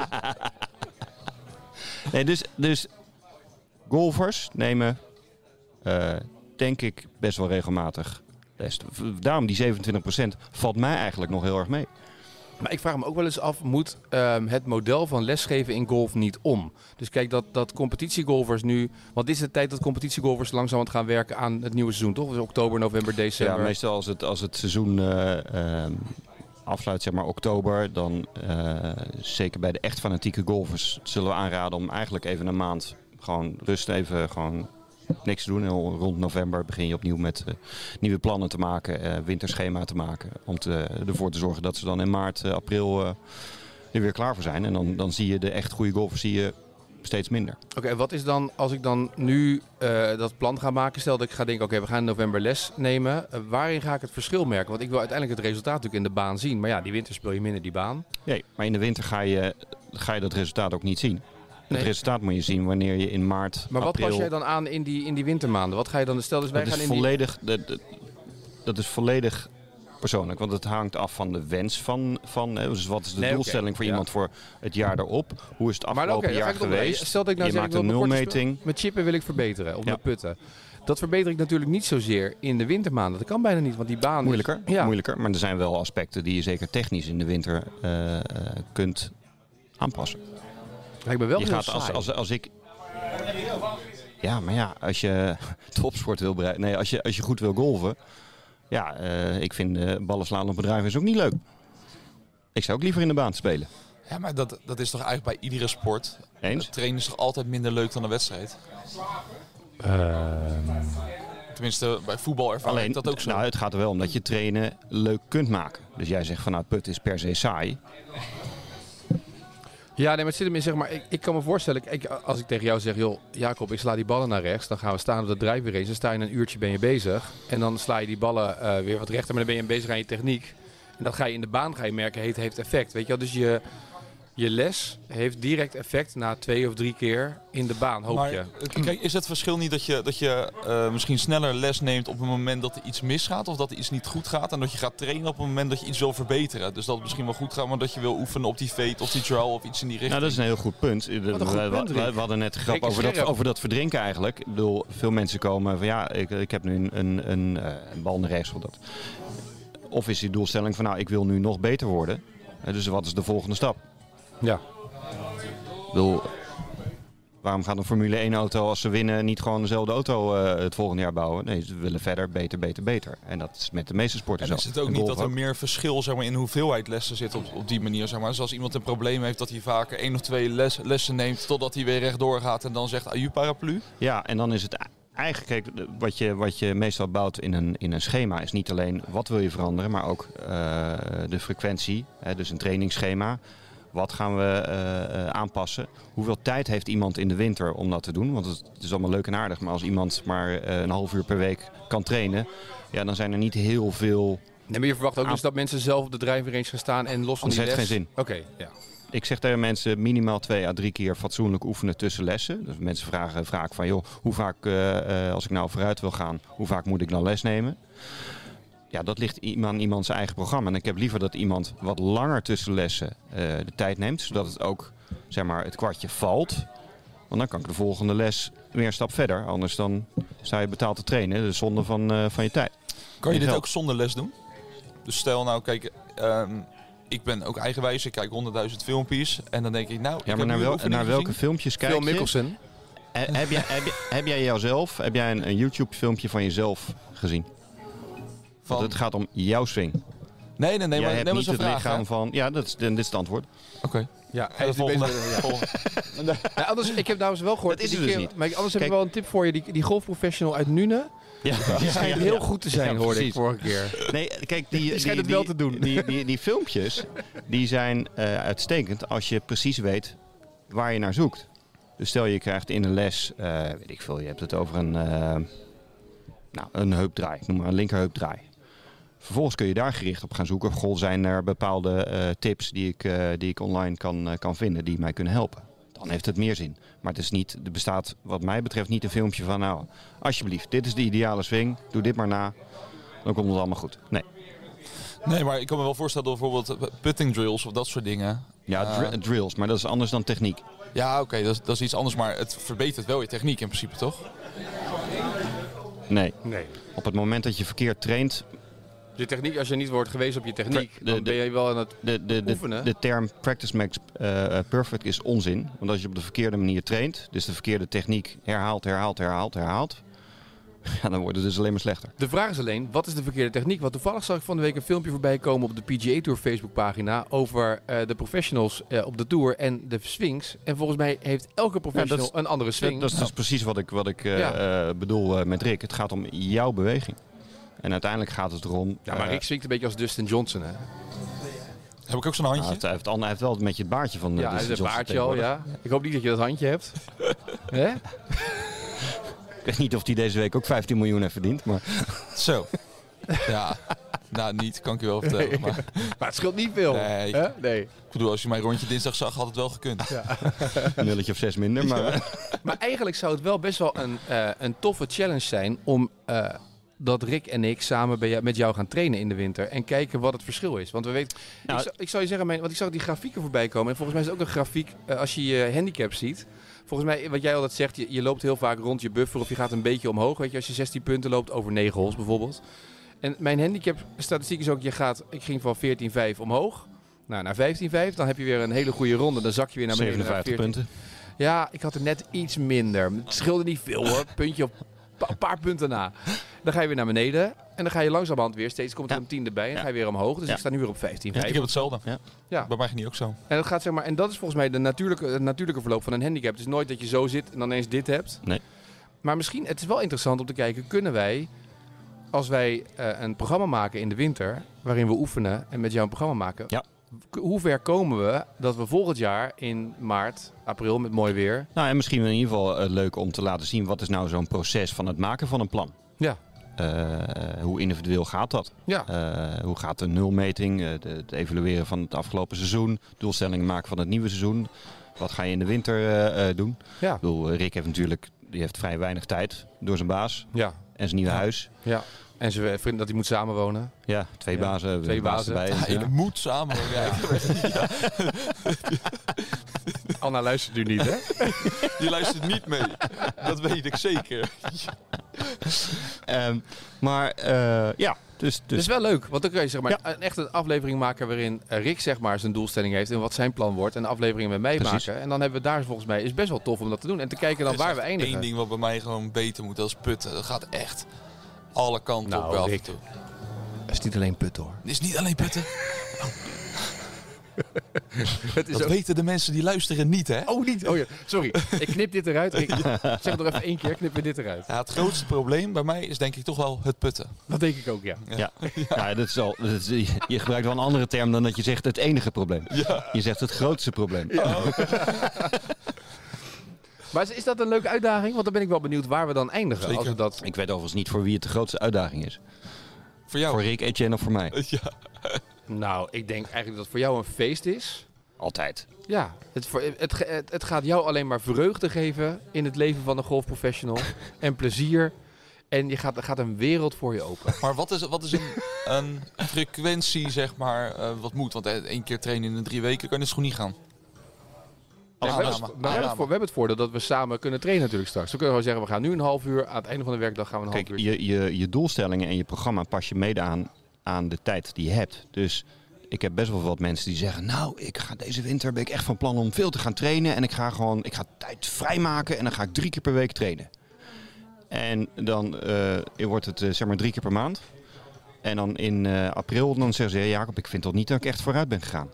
nee, dus, dus golfers nemen, uh, denk ik, best wel regelmatig les. Daarom die zevenentwintig procent valt mij eigenlijk nog heel erg mee. Maar ik vraag me ook wel eens af, moet um, het model van lesgeven in golf niet om? Dus kijk, dat, dat competitiegolfers nu... Want dit is de tijd dat competitiegolfers langzaam aan het gaan werken aan het nieuwe seizoen, toch? Dus oktober, november, december. Ja, meestal als het, als het seizoen uh, uh, afsluit, zeg maar oktober, dan uh, zeker bij de echt fanatieke golfers zullen we aanraden om eigenlijk even een maand gewoon rust even gewoon... niks te doen. En rond november begin je opnieuw met uh, nieuwe plannen te maken, uh, winterschema te maken. Om te, ervoor te zorgen dat ze dan in maart, uh, april uh, er weer klaar voor zijn. En dan, dan zie je de echt goede golfers zie je steeds minder. Oké, okay, en wat is dan, als ik dan nu uh, dat plan ga maken, stel dat ik ga denken, oké, okay, we gaan in november les nemen. Uh, waarin ga ik het verschil merken? Want ik wil uiteindelijk het resultaat natuurlijk in de baan zien. Maar ja, die winter speel je minder die baan. Nee, maar in de winter ga je, ga je dat resultaat ook niet zien. Het nee. resultaat moet je zien wanneer je in maart, Maar wat april... pas jij dan aan in die, in die wintermaanden? Wat ga je dan... Stel dus wij dat gaan is in volledig, die... dat, dat, dat is volledig persoonlijk. Want het hangt af van de wens van... van dus wat is de nee, doelstelling okay. voor ja. iemand voor het jaar erop? Hoe is het afgelopen maar, okay, jaar geweest? Stel dat ik nou je zeg, maakt ik een wil nulmeting. Met chippen wil ik verbeteren, op ja. mijn putten. Dat verbeter ik natuurlijk niet zozeer in de wintermaanden. Dat kan bijna niet, want die baan Moeilijker, is... Ja. moeilijker. Maar er zijn wel aspecten die je zeker technisch in de winter uh, uh, kunt aanpassen. Ik ben wel je heel gaat als, als, als ik... Ja, maar ja, als je topsport wil bereiken... Nee, als je, als je goed wil golven... Ja, uh, ik vind uh, ballen slaan op bedrijf is ook niet leuk. Ik zou ook liever in de baan spelen. Ja, maar dat, dat is toch eigenlijk bij iedere sport? Eens? Het trainen is toch altijd minder leuk dan een wedstrijd? Uh, Tenminste, bij voetbal ervaar Alleen, ik dat ook zo. Nou, het gaat er wel om dat je trainen leuk kunt maken. Dus jij zegt van nou, het put is per se saai. Ja, nee, maar het zit hem in, zeg maar, ik, ik kan me voorstellen, ik, als ik tegen jou zeg, joh, Jacob, ik sla die ballen naar rechts, dan gaan we staan op de drijf weer eens, dan sta je een uurtje, ben je bezig. En dan sla je die ballen uh, weer wat rechter, maar dan ben je bezig aan je techniek. En dat ga je in de baan ga je merken, het heeft effect, weet je wel. Dus je, je les heeft direct effect na twee of drie keer in de baan, hoop maar, je. Kijk, is het verschil niet dat je, dat je uh, misschien sneller les neemt op het moment dat er iets misgaat of dat er iets niet goed gaat en dat je gaat trainen op het moment dat je iets wil verbeteren? Dus dat het misschien wel goed gaat, maar dat je wil oefenen op die fade of die draw of iets in die richting. Nou, dat is een heel goed punt. Wat een goed we, punt, we, we hadden net grap over dat, over dat verdrinken eigenlijk. Ik bedoel, veel mensen komen van ja, ik, ik heb nu een, een, een, een bal naar rechts of dat. Of is die doelstelling van nou, ik wil nu nog beter worden. Dus wat is de volgende stap? Ja. Ik bedoel, waarom gaat een Formule één auto als ze winnen niet gewoon dezelfde auto uh, het volgende jaar bouwen? Nee, ze willen verder, beter, beter, beter. En dat is met de meeste sporten zo. En is het ook niet dat er ook meer verschil zeg maar, in hoeveelheid lessen zit op, op die manier? Zeg maar. Dus als iemand een probleem heeft dat hij vaker één of twee les, lessen neemt totdat hij weer rechtdoor gaat en dan zegt aju paraplu? Ja, en dan is het eigenlijk, kijk, wat je, wat je meestal bouwt in een, in een schema is niet alleen wat wil je veranderen, maar ook uh, de frequentie. Hè, dus een trainingsschema. Wat gaan we uh, aanpassen. Hoeveel tijd heeft iemand in de winter om dat te doen? Want het is allemaal leuk en aardig. Maar als iemand maar uh, een half uur per week kan trainen, ja, dan zijn er niet heel veel... Nee, maar je verwacht ook dus dat mensen zelf op de driving range gaan staan en los van die les... Dat heeft geen zin. Oké, okay, ja. Ik zeg tegen mensen minimaal twee à drie keer fatsoenlijk oefenen tussen lessen. Dus mensen vragen vaak van, joh, hoe vaak, uh, uh, als ik nou vooruit wil gaan, hoe vaak moet ik dan les nemen? Ja, dat ligt aan iemands eigen programma. En ik heb liever dat iemand wat langer tussen lessen uh, de tijd neemt, zodat het ook, zeg maar, het kwartje valt. Want dan kan ik de volgende les weer een stap verder. Anders dan sta je betaald te trainen, de zonde van, uh, van je tijd. Kan je dit geld. ook zonder les doen? Dus stel nou, kijk, um, ik ben ook eigenwijs. Ik kijk honderdduizend filmpjes en dan denk ik, nou, ja, ik maar naar, wel, naar welke gezien. filmpjes kijk je? Phil Mickelson. He, heb, jij, heb, jij, heb jij jouzelf, heb jij een, een YouTube-filmpje van jezelf gezien? Van... Want het gaat om jouw swing. Nee, nee, nee, jij maar hebt neem niet eens een het vraag. lichaam Hè? van... Ja, dat is, dit is het antwoord. Oké. Okay. Ja, hij is de volgende. volgende. Ja, anders, ik heb nou wel gehoord... Dat is die het dus keer, niet. Maar anders Kijk, heb ik wel een tip voor je. Die, die golfprofessional uit Nune, Ja, die schijnt ja, heel ja. goed te zijn, Ja, hoorde ik precies. vorige keer. Nee, kijk, die, Die die, schijnt het die, wel te doen. Die, die, die, die filmpjes, die zijn uh, uitstekend als je precies weet waar je naar zoekt. Dus stel je krijgt in een les, uh, weet ik veel, je hebt het over een, uh, nou, een heupdraai. Ik noem maar een linkerheupdraai. Vervolgens kun je daar gericht op gaan zoeken. Goh, zijn er bepaalde uh, tips die ik, uh, die ik online kan, uh, kan vinden die mij kunnen helpen. Dan heeft het meer zin. Maar het is niet, er bestaat wat mij betreft niet een filmpje van, nou, alsjeblieft, dit is de ideale swing, doe dit maar na, dan komt het allemaal goed. Nee. Nee, maar ik kan me wel voorstellen dat bijvoorbeeld putting drills of dat soort dingen. Ja, dr- uh, drills, maar dat is anders dan techniek. Ja, oké, okay, dat, dat is iets anders, maar het verbetert wel je techniek in principe, toch? Nee. Nee. Op het moment dat je verkeerd traint... Je techniek, als je niet wordt gewezen op je techniek, de, dan de, ben je wel aan het de, de, de, oefenen. De term practice makes uh, perfect is onzin. Want als je op de verkeerde manier traint, dus de verkeerde techniek herhaalt, herhaalt, herhaalt, herhaalt, ja, dan wordt het dus alleen maar slechter. De vraag is alleen, wat is de verkeerde techniek? Want toevallig zag ik van de week een filmpje voorbij komen op de P G A Tour Facebookpagina over uh, de professionals uh, op de Tour en de swings. En volgens mij heeft elke professional Ja, dat is, een andere swing. Dat, dat is dus precies wat ik, wat ik uh, Ja. uh, bedoel uh, met Rick. Het gaat om jouw beweging. En uiteindelijk gaat het erom... Ja, maar uh, Rick swingt een beetje als Dustin Johnson, hè? Heb ik ook zo'n handje? Nou, het, hij, heeft, hij heeft wel een beetje het baardje van... Uh, Ja, Dustin het Johnson baardje al, tegenwoordig. ja. Ik hoop niet dat je dat handje hebt. Hè? Ik weet niet of hij deze week ook vijftien miljoen heeft verdiend, maar... Zo. Ja, nou niet, kan ik je wel vertellen. Nee. Maar, Maar het scheelt niet veel. Nee. Hè? Nee. ik bedoel, als je mijn rondje dinsdag zag, had het wel gekund. Ja. Een nulletje of zes minder, maar... Maar eigenlijk zou het wel best wel een, uh, een toffe challenge zijn om... Uh, dat Rick en ik samen bij jou, met jou gaan trainen in de winter. En kijken wat het verschil is. Want we weten... Nou, ik, zou, ik zou je zeggen, mijn, want ik zag die grafieken voorbij komen. En volgens mij is het ook een grafiek, uh, als je je handicap ziet. Volgens mij, wat jij altijd zegt, je, je loopt heel vaak rond je buffer. Of je gaat een beetje omhoog. Weet je, als je zestien punten loopt over negen holes bijvoorbeeld. En mijn handicap statistiek is ook, je gaat... Ik ging van veertien vijf omhoog. Nou, naar vijftien vijf. Dan heb je weer een hele goede ronde. Dan zak je weer naar beneden. zevenenvijftig naar veertien. punten. Ja, ik had er net iets minder. Het scheelde niet veel hoor. Puntje op een paar punten na. Dan ga je weer naar beneden. En dan ga je langzamerhand weer. Steeds komt er Ja. een tien erbij. En dan Ja. ga je weer omhoog. Dus Ja. ik sta nu weer op vijftien Ja, ik vijf. heb hetzelfde. Ja. Ja. Bij mij ging die ook zo. En dat gaat zeg maar. En dat is volgens mij de natuurlijke, het natuurlijke verloop van een handicap. Het is nooit dat je zo zit en dan ineens dit hebt. Nee. Maar misschien, het is wel interessant om te kijken. Kunnen wij, als wij uh, een programma maken in de winter. Waarin we oefenen en met jou een programma maken. Ja. k- Hoe ver komen we dat we volgend jaar in maart, april met mooi weer. Nou, en misschien in ieder geval uh, leuk om te laten zien... wat is nou zo'n proces van het maken van een plan. Ja. Uh, hoe individueel gaat dat? Ja. Uh, hoe gaat de nulmeting, uh, de, het evalueren van het afgelopen seizoen... doelstellingen maken van het nieuwe seizoen. Wat ga je in de winter uh, uh, doen? Ja. Ik bedoel, Rick heeft natuurlijk die heeft vrij weinig tijd door zijn baas Ja. en zijn nieuwe Ja. huis. Ja. En ze vinden dat hij moet samenwonen. Ja, twee Ja, bazen, twee baas bazen. erbij. Ja, ik moet samen. Ja. Anna luistert nu niet, hè? Die luistert niet mee. Dat weet ik zeker. um, maar uh, ja, dus... Het dus is wel leuk, want dan kun je zeg maar, Ja. een, echt een aflevering maken waarin uh, Rick zeg maar, zijn doelstelling heeft en wat zijn plan wordt. En afleveringen met mij Precies. maken. En dan hebben we daar volgens mij, is best wel tof om dat te doen. En te kijken dan Er is waar we echt eindigen. één ding wat bij mij gewoon beter moet, dat is putten. Dat gaat echt alle kanten Nou, op wel af en Rick. toe. Het is niet alleen putten hoor. Het is niet alleen putten. Het is Dat ook... weten de mensen die luisteren niet, hè? Oh, niet? Oh ja, sorry. Ik knip dit eruit. Ik zeg het nog even één keer, knippen we dit eruit. Ja, het grootste probleem bij mij is denk ik toch wel het putten. Dat denk ik ook, ja. Ja, ja dat is al, dat is, je gebruikt wel een andere term dan dat je zegt het enige probleem. Ja. Je zegt het grootste probleem. Ja. Maar is, is dat een leuke uitdaging? Want dan ben ik wel benieuwd waar we dan eindigen. Zeker. Als we dat... Ik weet overigens niet voor wie het de grootste uitdaging is. Voor jou? Voor Rick, Etienne of voor mij? Ja. Nou, ik denk eigenlijk dat het voor jou een feest is. Altijd. Ja, het, voor- het, ge- het, het gaat jou alleen maar vreugde geven in het leven van een golfprofessional. En plezier. En je gaat, er gaat een wereld voor je open. Maar wat is, wat is een, een frequentie, zeg maar, uh, wat moet? Want uh, één keer trainen in de drie weken kan het gewoon niet gaan. Ja, we, Aanname, hebben, het- we, hebben het aanname. voor, we hebben het voordeel dat we samen kunnen trainen natuurlijk straks. We kunnen gewoon zeggen, we gaan nu een half uur. Aan het einde van de werkdag gaan we een Kijk, half uur. je, je, je doelstellingen en je programma pas je mede aan, aan de tijd die je hebt. Dus ik heb best wel wat mensen die zeggen, nou, ik ga deze winter ben ik echt van plan om veel te gaan trainen. En ik ga gewoon, ik ga tijd vrijmaken en dan ga ik drie keer per week trainen. En dan uh, wordt het uh, zeg maar drie keer per maand. En dan in uh, april dan zeggen ze, ja, Jacob, ik vind toch niet dat ik echt vooruit ben gegaan.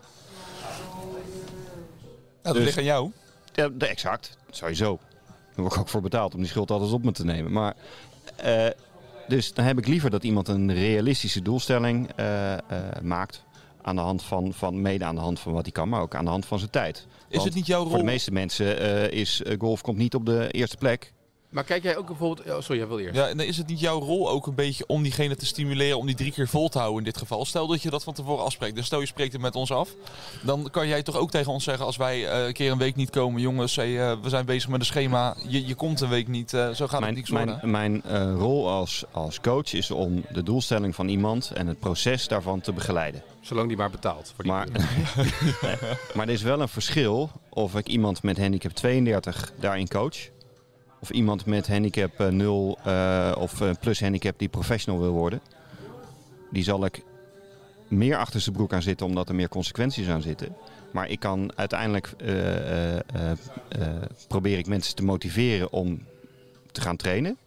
Ja, dat Dus- ligt aan jou. Ja, de- exact. Sowieso. Daar word ik ook voor betaald om die schuld altijd op me te nemen. Maar, uh, dus dan heb ik liever dat iemand een realistische doelstelling uh, uh, maakt. Aan de hand van, van, mede aan de hand van wat hij kan, maar ook aan de hand van zijn tijd. Is Want het niet jouw rol? voor de meeste mensen uh, is uh, golf komt niet op de eerste plek. Maar kijk jij ook bijvoorbeeld... Oh, sorry, jij wil eerst. Ja, en is het niet jouw rol ook een beetje om diegene te stimuleren om die drie keer vol te houden in dit geval? Stel dat je dat van tevoren afspreekt. Dus stel je spreekt het met ons af. Dan kan jij toch ook tegen ons zeggen als wij uh, een keer een week niet komen. Jongens, hey, uh, we zijn bezig met een schema. Je, je komt een week niet. Uh, zo gaat Mijn, het niks worden. mijn, mijn uh, rol als, als coach is om de doelstelling van iemand en het proces daarvan te begeleiden. Zolang die maar betaalt. Voor die Maar, nee, maar er is wel een verschil of ik iemand met handicap tweeëndertig daarin coach. Of iemand met handicap uh, nul uh, of uh, plus handicap die professional wil worden. Die zal ik meer achter zijn broek aan zitten omdat er meer consequenties aan zitten. Maar ik kan uiteindelijk uh, uh, uh, uh, probeer ik mensen te motiveren om te gaan trainen.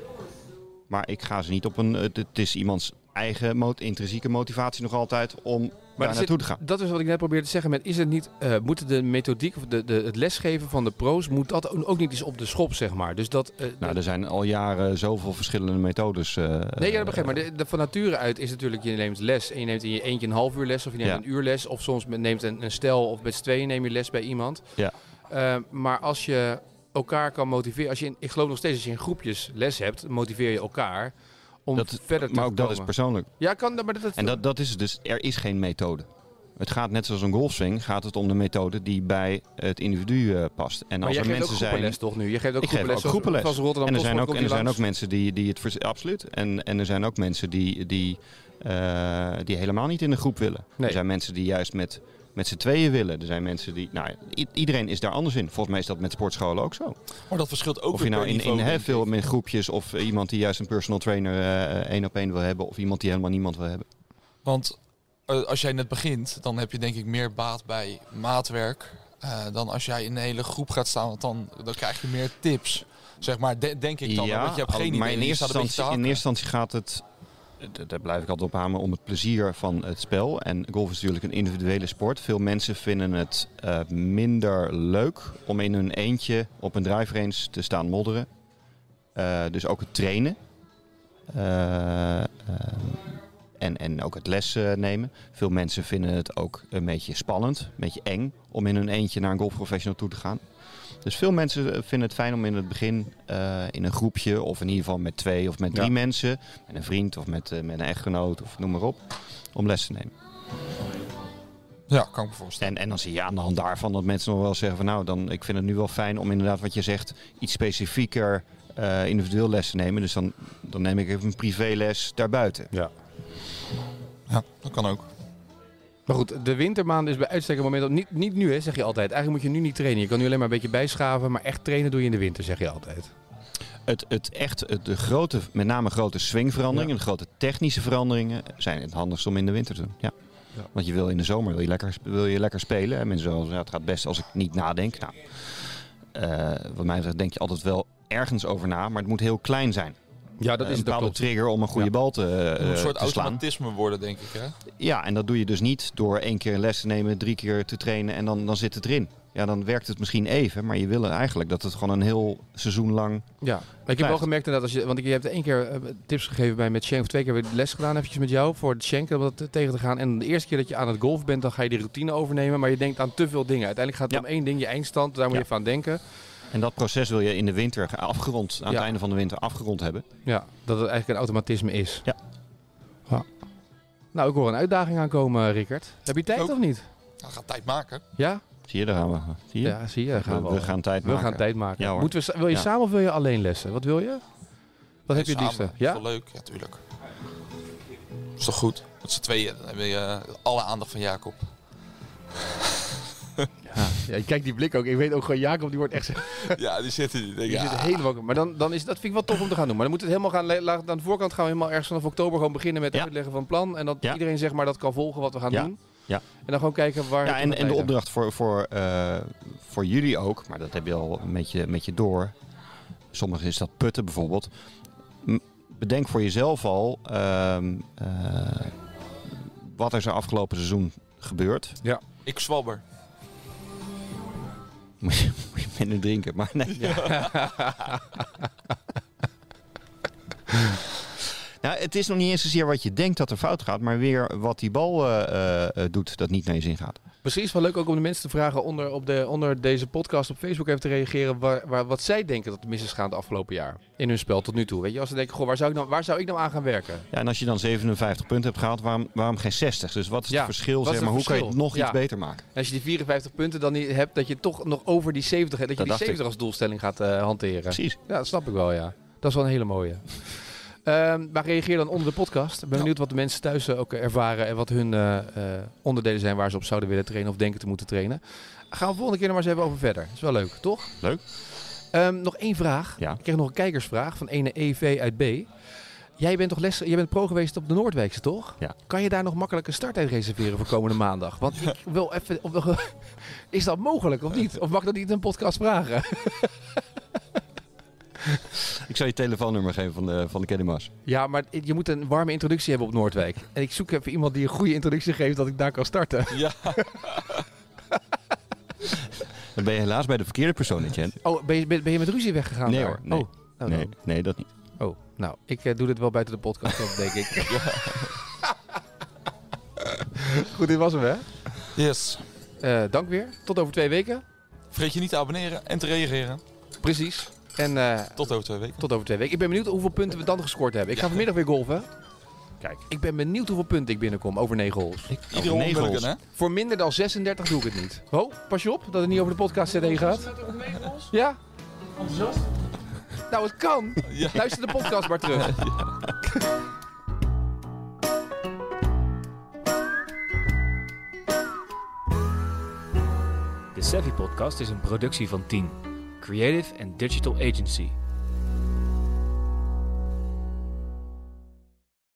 Maar ik ga ze niet op een... Het is iemands eigen mot- intrinsieke motivatie nog altijd om daar er naartoe zit- te gaan. Dat is wat ik net probeerde te zeggen. Met, is het niet, uh, moet de methodiek of de, de, het lesgeven van de pro's, moet dat ook niet eens op de schop, zeg maar. Dus dat... Uh, Nou, er zijn al jaren zoveel verschillende methodes. Uh, nee, ja, dat begrijp ik. Maar de, de, van nature uit is natuurlijk, je neemt les en je neemt in je eentje een half uur les of je neemt Ja. een uur les. Of soms met- neemt een, een stel of met z'n tweeën neem je les bij iemand. Ja. Uh, maar als je elkaar kan motiveren, als je in, ik geloof nog steeds als je in groepjes les hebt, motiveer je elkaar om Dat- verder te Maar ook dat komen. is persoonlijk. Ja, kan dat, maar dat... En dat, dat is het dus. Er is geen methode. Het gaat net zoals een golfswing, gaat het om de methode die bij het individu uh, past. En maar als jij er geeft ook mensen zijn. groepenles toch nu? Je geeft ook Ik geef ook groepenles, zoals- groepenles. zoals Rotterdam En er zijn Topsport ook, en komt er hier zijn ook langs. mensen die, die het vers- absoluut. En, en er zijn ook mensen die, die, uh, die helemaal niet in de groep willen. Nee. Er zijn mensen die juist met, met z'n tweeën willen. Er zijn mensen die. Nou, i- iedereen is daar anders in. Volgens mij is dat met sportscholen ook zo. Maar dat verschilt ook Of weer je nou per in, niveau, in hè, denk ik. veel met groepjes of uh, iemand die juist een personal trainer uh, één op één wil hebben. Of iemand die helemaal niemand wil hebben. Want uh, als jij net begint, dan heb je denk ik meer baat bij maatwerk uh, dan als jij in een hele groep gaat staan. Want dan, dan krijg je meer tips. Zeg maar, de- denk ik dan. want je hebt geen maar idee. in Je eerste, staat een beetje instantie, te in hakken. eerste instantie gaat het, d- daar blijf ik altijd op hameren, om het plezier van het spel. En golf is natuurlijk een individuele sport. Veel mensen vinden het uh, minder leuk om in hun eentje op een drive range te staan modderen. Uh, dus ook het trainen. Uh, uh, en, en ook het les uh, nemen. Veel mensen vinden het ook een beetje spannend, een beetje eng om in hun eentje naar een golfprofessional toe te gaan. Dus veel mensen vinden het fijn om in het begin uh, in een groepje of in ieder geval met twee of met drie Ja. mensen, met een vriend of met, uh, met een echtgenoot of noem maar op, om les te nemen. Ja, kan ik me voorstellen. En, en dan zie je aan de hand daarvan dat mensen nog wel zeggen van nou, dan, ik vind het nu wel fijn om inderdaad wat je zegt iets specifieker uh, individueel les te nemen. Dus dan, dan neem ik even een privéles daarbuiten. Ja. Ja, dat kan ook. Maar goed, de wintermaanden is bij uitstek een moment... Niet, niet nu, hè, zeg je altijd. Eigenlijk moet je nu niet trainen. Je kan nu alleen maar een beetje bijschaven. Maar echt trainen doe je in de winter, zeg je altijd. Het, het echt, het, de grote, met name grote swingveranderingen, Ja. de grote technische veranderingen zijn het handigst om in de winter te doen. Ja. Ja. Want je wil in de zomer wil je lekker, wil je lekker spelen. En mensen zeggen, ja, het gaat best als ik niet nadenk. Nou, uh, wat mij betreft denk je altijd wel ergens over na, maar het moet heel klein zijn. Ja, dat is een het bepaalde klopt. trigger om een goede Ja. bal te, Het moet uh, een soort te slaan. automatisme worden, denk ik. Hè? Ja, en dat doe je dus niet door één keer een les te nemen, drie keer te trainen en dan, dan zit het erin. Ja, dan werkt het misschien even, maar je wil eigenlijk dat het gewoon een heel seizoen lang... Ja, maar ik heb wel gemerkt inderdaad, als je, want ik, je hebt één keer uh, tips gegeven bij met Schenk, of twee keer weer les gedaan eventjes met jou voor het Schenk om dat tegen te gaan. En de eerste keer dat je aan het golf bent, dan ga je die routine overnemen, maar je denkt aan te veel dingen. Uiteindelijk gaat het Ja. om één ding, je eindstand, daar moet Ja. je even aan denken. En dat proces wil je in de winter afgerond, aan Ja. het einde van de winter afgerond hebben. Ja, dat het eigenlijk een automatisme is. Ja. ja. Nou, ik hoor een uitdaging aankomen, Rickert. Heb je tijd Ook. of niet? Nou, gaat tijd maken. Ja? Zie je, daar gaan we. Zie je? Ja, zie je. Gaan we, we, we gaan tijd we maken. gaan tijd maken. Ja, hoor. Moeten we, sa- wil je Ja. samen of wil je alleen lessen? Wat wil je? Wat heb je het Samen. liefste? Dat is Ja? wel leuk, ja, tuurlijk. Is toch goed? Met z'n tweeën, dan heb je uh, alle aandacht van Jacob. Ja. Ja, je kijkt die blik ook. Ik weet ook gewoon, Jacob die wordt echt... zo- Ja, die zitten die denken, Die ja. zit helemaal... Maar dan, dan is, dat vind ik wel tof om te gaan doen. Maar dan moet het helemaal gaan... la- Aan de voorkant gaan we helemaal ergens vanaf oktober gewoon beginnen met het Ja. uitleggen van het plan. En dat Ja. iedereen zeg maar dat kan volgen wat we gaan Ja. doen. Ja. En dan gewoon kijken waar... Ja, het en, moet en de leiden. opdracht voor, voor, uh, voor jullie ook, maar dat heb je al met je, met je door. Sommigen is dat putten bijvoorbeeld. M- Bedenk voor jezelf al uh, uh, wat er zo afgelopen seizoen gebeurt. Ja. Ik zwabber. Moet je, moet je minder drinken, maar nee. Ja. Nou, het is nog niet eens zozeer wat je denkt dat er fout gaat, maar weer wat die bal uh, uh, doet dat niet naar je zin gaat. Precies, wel leuk ook om de mensen te vragen onder, op de, onder deze podcast op Facebook even te reageren waar, waar, wat zij denken dat er mis is gegaan het afgelopen jaar in hun spel tot nu toe. Weet je, als ze denken, goh, waar zou ik nou, waar zou ik nou aan gaan werken? Ja, en als je dan zevenenvijftig punten hebt gehaald, waarom, waarom geen zestig? Dus wat is Ja, het verschil? wat is Zeg maar, het hoe kan je het verschil? nog Ja. iets beter maken? En als je die vierenvijftig punten dan niet hebt, dat je toch nog over die zeventig, dat je Dat die dacht zeventig ik. als doelstelling gaat uh, hanteren. Precies. Ja, dat snap ik wel, ja. Dat is wel een hele mooie. Um, maar reageer dan onder de podcast. Ik ben benieuwd wat de mensen thuis uh, ook ervaren en wat hun uh, uh, onderdelen zijn waar ze op zouden willen trainen of denken te moeten trainen. Gaan we volgende keer nog maar eens even over verder. Is wel leuk, toch? Leuk. Um, nog één vraag. Ja. Ik kreeg nog een kijkersvraag van ene E V uit B. Jij bent toch les, jij bent pro geweest op de Noordwijkse, toch? Ja. Kan je daar nog makkelijk een starttijd reserveren voor komende maandag? Want ik wil even... Op, is dat mogelijk of niet? Of mag ik dat niet in een podcast vragen? Ik zal je telefoonnummer geven van de, van de Kennemas. Ja, maar je moet een warme introductie hebben op Noordwijk. En ik zoek even iemand die een goede introductie geeft dat ik daar kan starten. Ja. Dan ben je helaas bij de verkeerde persoon, Etienne. Oh, ben je, ben je met ruzie weggegaan? Nee daar? hoor, nee. Oh, nou, Nee, dan. nee, dat niet. Oh, nou, ik uh, doe dit wel buiten de podcast, op, denk ik. Goed, dit was hem, hè? Yes. Uh, dank weer. Tot over twee weken. Vergeet je niet te abonneren en te reageren. Precies. En uh, Tot over twee weken. tot over twee weken. Ik ben benieuwd hoeveel punten we dan gescoord hebben. Ik ga vanmiddag weer golfen. Kijk. Ik ben benieuwd hoeveel punten ik binnenkom over negen holes. Iedere Over negen ongeluk, hè? holes. Voor minder dan zesendertig doe ik het niet. Oh, pas je op dat het niet over de podcast heen gaat. Ja? Enthousiast? Nou, het kan. Ja. Luister de podcast maar terug. De Savvy Podcast is een productie van tien. Creative and Digital Agency.